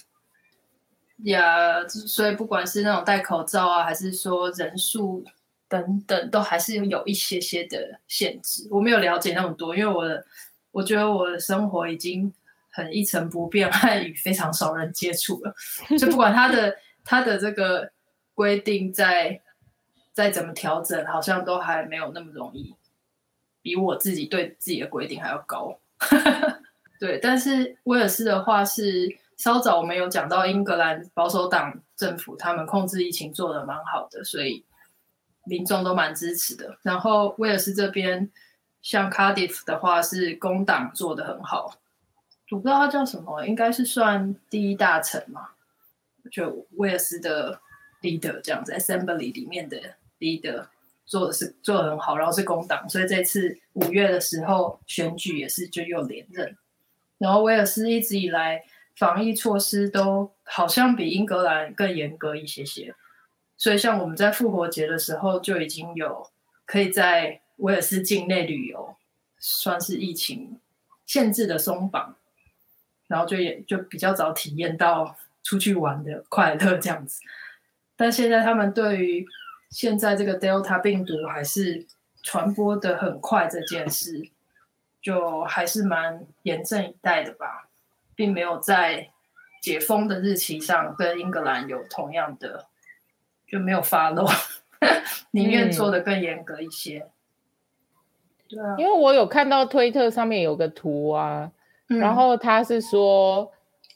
所以不管是那种戴口罩啊，还是说人数等等，都还是有一些些的限制。我没有了解那么多，因为我觉得我的生活已经很一成不变，和与非常少人接触了。就不管他的这个规定再怎么调整，好像都还没有那么容易，比我自己对自己的规定还要高。对，但是威尔斯的话是稍早我们有讲到，英格兰保守党政府他们控制疫情做得蛮好的，所以民众都蛮支持的。然后威尔斯这边像 Cardiff 的话是工党做得很好，我不知道它叫什么，应该是算第一大城嘛，就威尔斯的 leader 这样子 ，Assembly 里面的 leader 做得很好，然后是工党，所以这次5月的时候选举也是就又连任。然后威尔斯一直以来防疫措施都好像比英格兰更严格一些些，所以像我们在复活节的时候就已经有可以在威尔斯境内旅游，算是疫情限制的松绑，然后就比较早体验到出去玩的快乐这样子。但现在他们对于现在这个 Delta 病毒还是传播的很快这件事，就还是蛮严阵以待的吧，并没有在解封的日期上跟英格兰有同样的，就没有 follow， 宁愿做得更严格一些。对啊， 因为我有看到推特上面有个图啊，然后他是说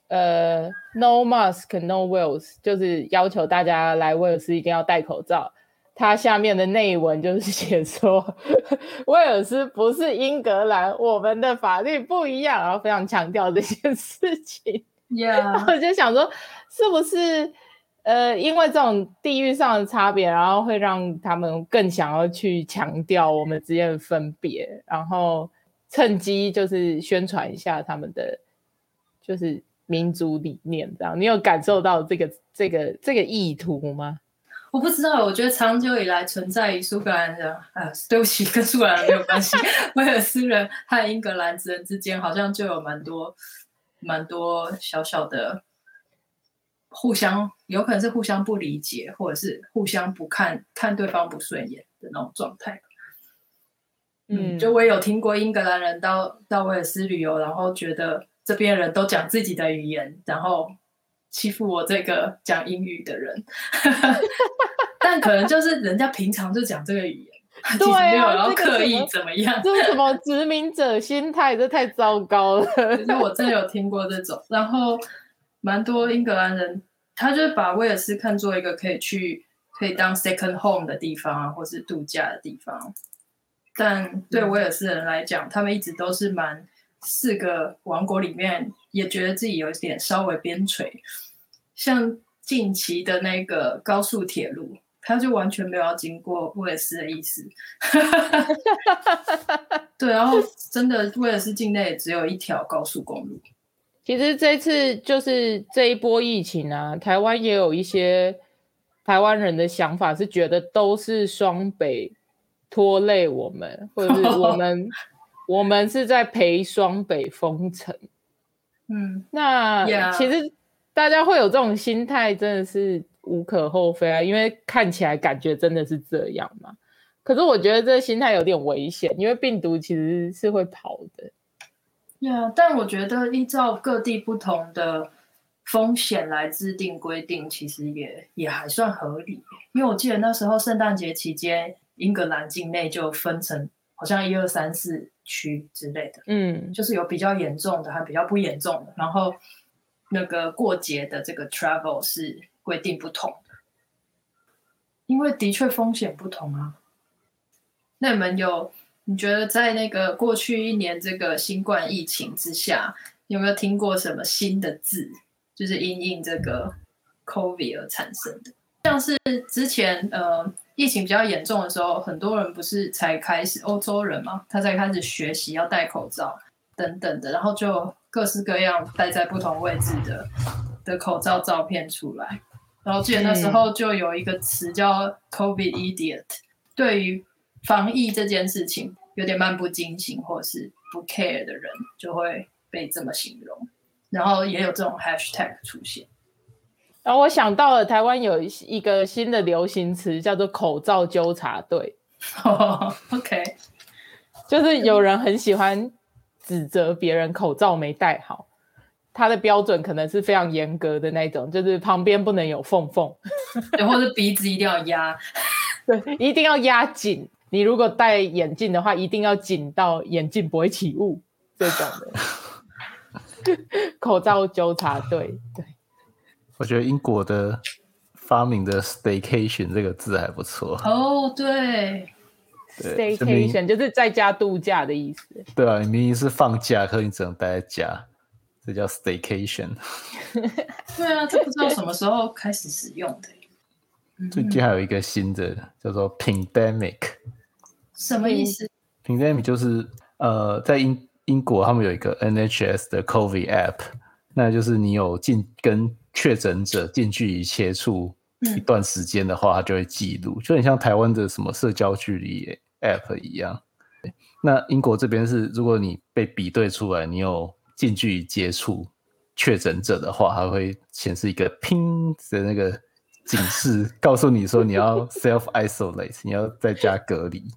no mask no Wales， 就是要求大家来威尔斯一定要戴口罩。它下面的内文就是写说威尔斯不是英格兰，我们的法律不一样，然后非常强调这件事情。然后我就想说是不是因为这种地域上的差别，然后会让他们更想要去强调我们之间的分别，然后趁机就是宣传一下他们的就是民族理念这样。你有感受到这个意图吗？ 我不知道，我觉得长久以来存在于苏格兰人对不起，跟苏格兰人没有关系。威尔斯人和英格兰人之间好像就有蛮多小小的互相，有可能是互相不理解，或者是互相不看对方不顺眼的那种状态。就我也有听过英格兰人到威尔斯旅游，然后觉得这边人都讲自己的语言，然后欺负我这个讲英语的人。但可能就是人家平常就讲这个语言，其实没有要刻意怎么样， 这是什么殖民者心态，这太糟糕了。 其实我真的有听过这种，然后蛮多英格兰人，他就是把威尔斯看作一个可以当 second home 的地方啊，或是度假的地方。但对威尔斯人来讲，他们一直都是4个王国里面，也觉得自己有一点稍微边陲，像近期的那个高速铁路。 他就完全没有要经过威尔斯的意思。对，然后真的威尔斯境内也只有一条高速公路。 其实这次就是这一波疫情啊，台湾也有一些台湾人的想法是觉得都是双北拖累我们，或者是我们是在陪双北封城。那其实大家会有这种心态真的是无可厚非啊，因为看起来感觉真的是这样嘛。可是我觉得这心态有点危险，因为病毒其实是会跑的。 但我觉得依照各地不同的风险来制定规定，其实也还算合理。因为我记得那时候圣诞节期间，英格兰境内就分成好像1、2、3、4区之类的，就是有比较严重的和比较不严重的，然后那个过节的这个 travel 是规定不同的，因为的确风险不同啊。那你觉得在那个过去1年这个新冠疫情之下，有没有听过什么新的字，就是因应这个 COVID 而产生的？像是之前疫情比较严重的时候，很多人不是才开始，欧洲人嘛，他才开始学习要戴口罩等等的，然后就各式各样戴在不同位置的口罩照片出来。然后记得那时候就有一个词叫 COVID idiot， 对于防疫这件事情有点漫不经心或是不 care 的人就会被这么形容，然后也有这种 hashtag 出现。 然后我想到了台湾有一个新的流行词叫做口罩纠察队。 OK， 就是有人很喜欢指责别人口罩没戴好，他的标准可能是非常严格的那种，就是旁边不能有缝缝， 或者鼻子一定要压， 对，一定要压紧。你如果戴眼镜的话，一定要紧到眼镜不会起雾，这种的。口罩纠察队，对。 我觉得英国的发明的 staycation 这个字还不错。 对 ，staycation 就是在家度假的意思。 对啊，你明明是放假，可是你只能待在家，这叫 staycation。 对啊，这不知道什么时候开始使用的。 最近还有一个新的叫做 pandemic。 什么意思？ pandemic 就是在英国他们有一个 NHS 的 COVID app， 那就是你有跟确诊者近距离接触一段时间的话，它就会记录，就很像台湾的什么社交距离 app 一样。那英国这边是，如果你被比对出来你有近距离接触确诊者的话，它会显示一个拼的那个警示，告诉你说你要 self isolate， 你要在家隔离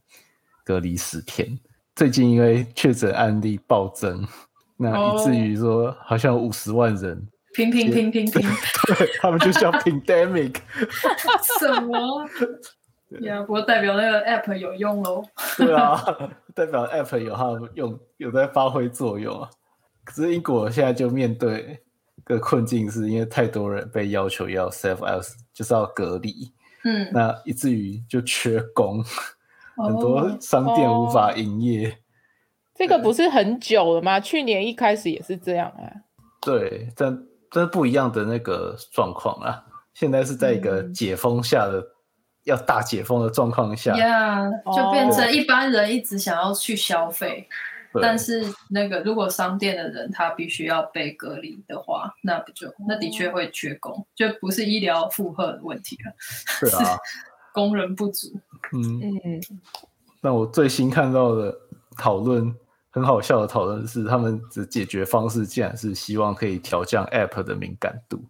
10天。最近因为确诊案例暴增，那以至于说好像有50万人拼， 对，他们就叫 pandemic。 什么呀？不过代表那个 app 有用咯。 对啊，代表 app 有在发挥作用啊。可是英国现在就面对个困境，是因为太多人被要求要 self isolate， 就是要隔离，那以至于就缺工，很多商店无法营业。 这个不是很久了吗？去年一开始也是这样啊。 对，但是不一样的那个状况啊。现在是在一个解封下的，要大解封的状况下， 就变成一般人一直想要去消费，但是那个如果商店的人他必须要被隔离的话，那的确会缺工，就不是医疗负荷的问题了， 对啊， 是工人不足。 那我最新看到的讨论，很好笑的讨论是，他们的解决方式竟然是希望可以调降 App 的敏感度。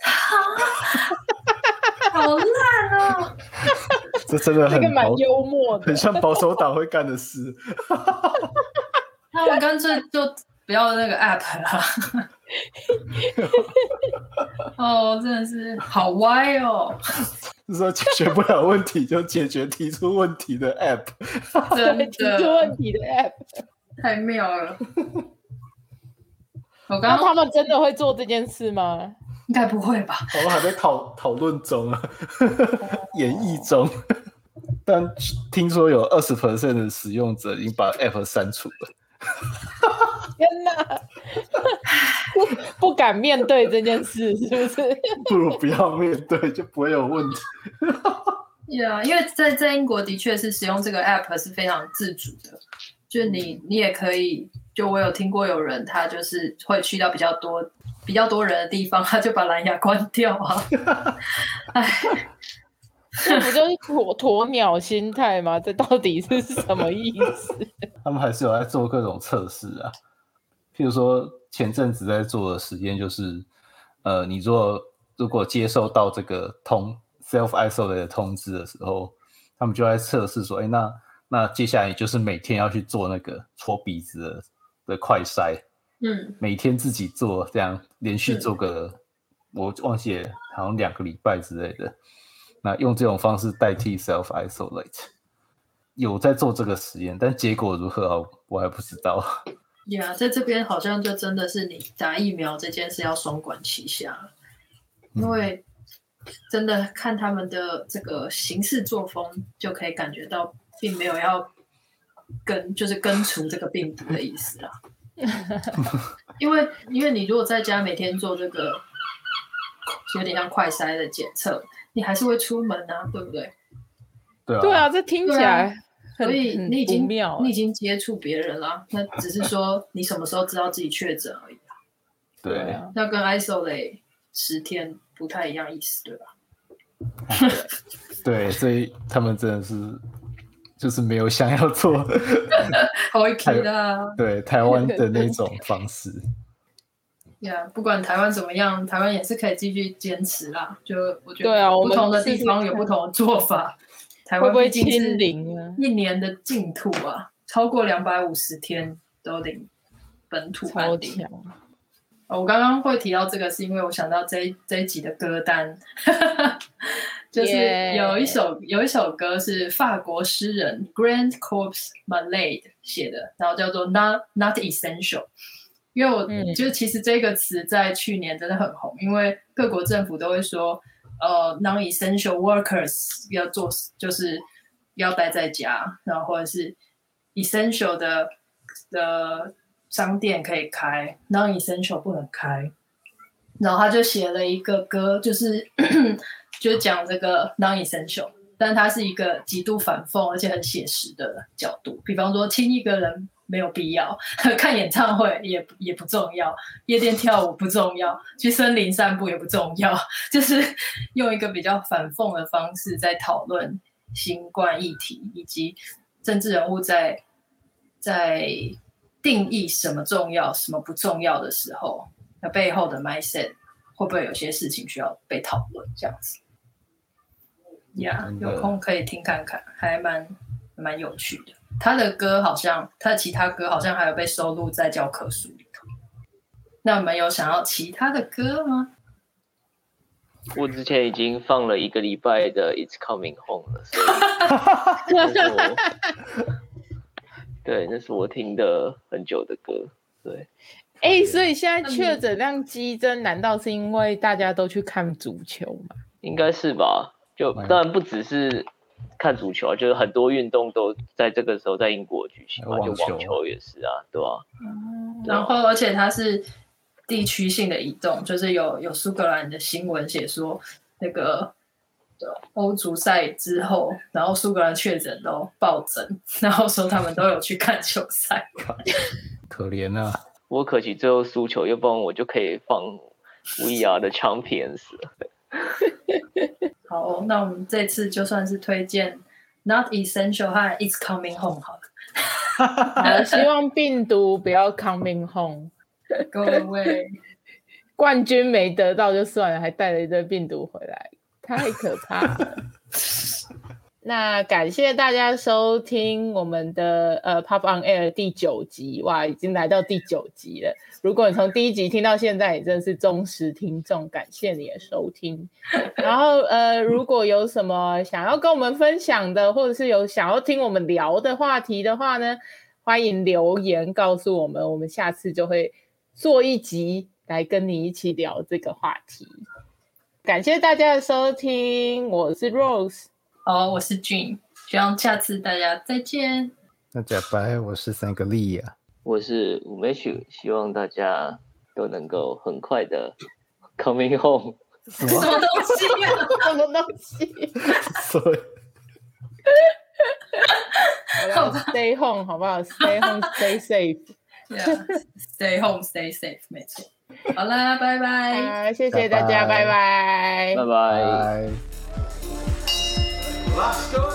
好烂哦！ 这真的很这个蛮幽默的， 很像保守党会干的事。 他们干脆就不要那个 App 了。真的是好歪哦！ 是说解决不了问题就解决提出问题的 App。 真的提出问题的 App 太妙了。 那他们真的会做这件事吗？ 应该不会吧？ 我们还在讨论中啊，演绎中。但听说有 20% 的使用者已经把 App 删除了。 天哪！不敢面对这件事，是不是？ 不如不要面对，就不会有问题。 因为在英国的确是使用这个 app 是非常自主的，就你也可以，就我有听过有人他就是会去到比较多人的地方，他就把蓝牙关掉啊。哎， 这不就是鸵鸟心态吗？这到底是什么意思？ 他们还是有在做各种测试啊，譬如说前阵子在做的实验就是，你如果接受到这个self isolate 的通知的时候，他们就在测试说，那接下来就是每天要去做那个戳鼻子的快筛，每天自己做，这样连续做个，我忘记了，好像2个礼拜之类的。那用这种方式代替 self isolate， 有在做这个实验，但结果如何我还不知道。 在这边好像就真的是你打疫苗这件事要双管齐下，因为真的看他们的这个行事作风，就可以感觉到并没有要根除这个病毒的意思啦。因为你如果在家每天做这个有点像快筛的检测，你还是会出门啊，对不对？ 对啊，这听起来所以你已经接触别人了，那只是说你什么时候知道自己确诊而已啊。 对啊， 那跟 isolate 10天不太一样意思，对吧？ 对，所以他们真的是就是没有想要做对台湾的那种方式。 不管台湾怎么样，台湾也是可以继续坚持啦。就我觉得不同的地方有不同的做法。台湾毕竟是1年的净土啊，超过250天都领本土案例。我刚刚会提到这个，是因为我想到这一集的歌单，就是有一首歌是法国诗人 Grand Corps Malade 写的，然后叫做 Not Essential。因为我就其实这个词在去年真的很红，因为各国政府都会说non-essential workers 要做，就是要待在家，然后或者是 essential 的商店可以开， non-essential 不能开。然后他就写了一个歌，就是讲这个 non-essential， 但它是一个极度反讽而且很写实的角度。比方说亲一个人没有必要，看演唱会也不重要，夜店跳舞不重要，去森林散步也不重要，就是用一个比较反讽的方式在讨论新冠议题，以及政治人物在定义什么重要什么不重要的时候，那背后的 mindset 会不会有些事情需要被讨论，这样子。有空可以听看看，还蛮有趣的。他的其他歌好像还有被收录在教科书里头。那我们有想要其他的歌吗？ 我之前已经放了1个礼拜的 It's Coming Home 了，所以那是我听的很久的歌。对， 所以现在确诊量激增，难道是因为大家都去看足球吗？ 应该是吧。就当然不只是看足球啊，就是很多运动都在这个时候在英国举行嘛，就网球也是啊，对吧？ 然后而且它是地区性的移动，就是有苏格兰的新闻写说，那个欧足赛之后，然后苏格兰确诊都暴增，然后说他们都有去看球赛。 可怜啊！ 我可惜最后输球，要不然我就可以放 We Are the Champions 了。 好，那我们这次就算是推荐 Not Essential 和 It's Coming Home 好了。 希望病毒不要 coming home Go away。 冠军没得到就算了，还带了一堆病毒回来，太可怕了。那感谢大家收听我们的Pop on Air 第9集，哇，已经来到第9集了。如果你从第1集听到现在，你真的是忠实听众，感谢你的收听。然后如果有什么想要跟我们分享的，或者是有想要听我们聊的话题的话呢，欢迎留言告诉我们，我们下次就会做一集来跟你一起聊这个话题。感谢大家的收听，我是 Rose。 我是 Jean， 希望下次大家再见。 大家拜，我是3个利亚， 我是吴美许，希望大家都能够很快的 coming home。 什么东西啊？ 什么东西？ 好吧 ，Stay home 好不好 ？Stay home, stay safe. Stay home, stay safe， 没错。好啦，拜拜。 好，谢谢大家，拜拜， 拜拜。 拜。 Last story.